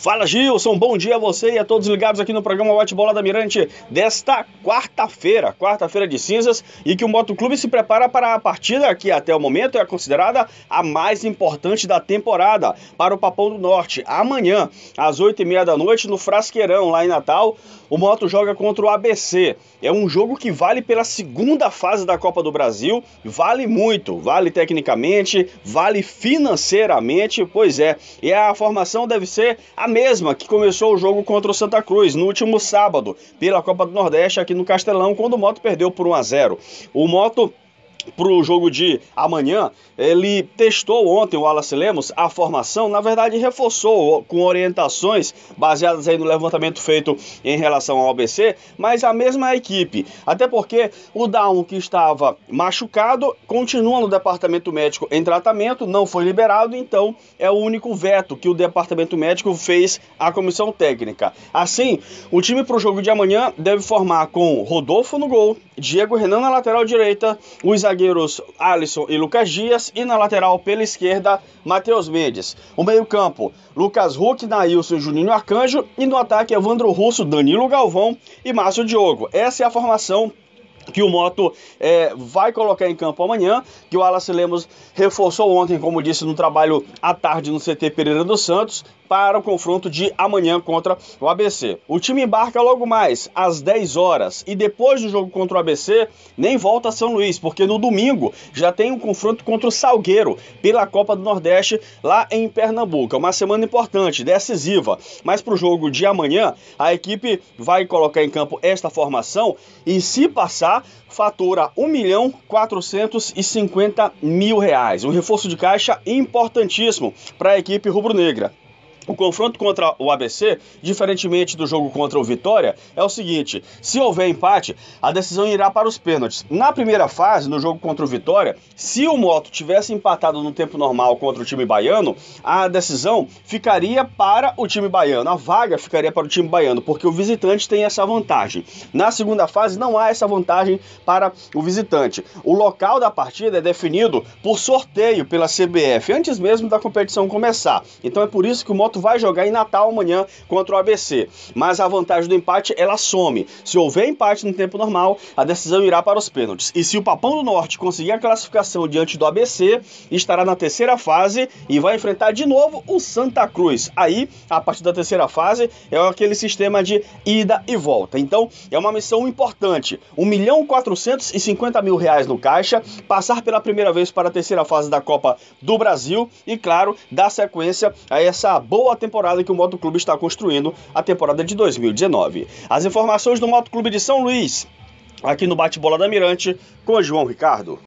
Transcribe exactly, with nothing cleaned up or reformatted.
Fala, Gilson, bom dia a você e a todos ligados aqui no programa Bate-Bola da Mirante desta quarta-feira, quarta-feira de cinzas, e que o Motoclube se prepara para a partida que até o momento é considerada a mais importante da temporada para o Papão do Norte. Amanhã, às oito e meia da noite, no Frasqueirão, lá em Natal, o Moto joga contra o A B C. É um jogo que vale pela segunda fase da Copa do Brasil, vale muito, vale tecnicamente, vale financeiramente, pois é, e a formação deve ser a mesma que começou o jogo contra o Santa Cruz no último sábado, pela Copa do Nordeste aqui no Castelão, quando o Moto perdeu por um a zero. O Moto, para o jogo de amanhã, ele testou ontem, o Wallace Lemos, a formação, na verdade reforçou com orientações baseadas aí no levantamento feito em relação ao A B C, mas a mesma equipe, até porque o Down, que estava machucado, continua no departamento médico em tratamento, não foi liberado, então é o único veto que o departamento médico fez à comissão técnica. Assim, o time para o jogo de amanhã deve formar com Rodolfo no gol, Diego Renan na lateral direita, os zagueiros Alisson e Lucas Dias, e na lateral pela esquerda, Matheus Mendes. O meio-campo, Lucas Huck, Nailson e Juninho Arcanjo, e no ataque, Evandro Russo, Danilo Galvão e Márcio Diogo. Essa é a formação que o Moto é, vai colocar em campo amanhã, que o Wallace Lemos reforçou ontem, como disse, no trabalho à tarde no C T Pereira dos Santos, para o confronto de amanhã contra o A B C. O time embarca logo mais às dez horas e depois do jogo contra o A B C nem volta a São Luís, porque no domingo já tem um confronto contra o Salgueiro pela Copa do Nordeste lá em Pernambuco. É uma semana importante, decisiva, mas para o jogo de amanhã a equipe vai colocar em campo esta formação e, se passar, fatura um milhão quatrocentos e cinquenta mil reais. Um reforço de caixa importantíssimo para a equipe rubro-negra. O confronto contra o A B C, diferentemente do jogo contra o Vitória, é o seguinte: se houver empate, a decisão irá para os pênaltis. Na primeira fase, no jogo contra o Vitória, se o Moto tivesse empatado no tempo normal contra o time baiano, a decisão ficaria para o time baiano, a vaga ficaria para o time baiano, porque o visitante tem essa vantagem. Na segunda fase, não há essa vantagem para o visitante. O local da partida é definido por sorteio pela C B F, antes mesmo da competição começar. Então é por isso que o Moto vai jogar em Natal amanhã contra o A B C, mas a vantagem do empate ela some. Se houver empate no tempo normal, a decisão irá para os pênaltis, e se o Papão do Norte conseguir a classificação diante do A B C, estará na terceira fase e vai enfrentar de novo o Santa Cruz. Aí, a partir da terceira fase, é aquele sistema de ida e volta. Então, é uma missão importante, um milhão quatrocentos e cinquenta mil reais no caixa, passar pela primeira vez para a terceira fase da Copa do Brasil e, claro, dar sequência a essa boa a temporada que o Motoclube está construindo, a temporada de dois mil e dezenove. As informações do Motoclube de São Luís, aqui no Bate-Bola da Mirante, com o João Ricardo.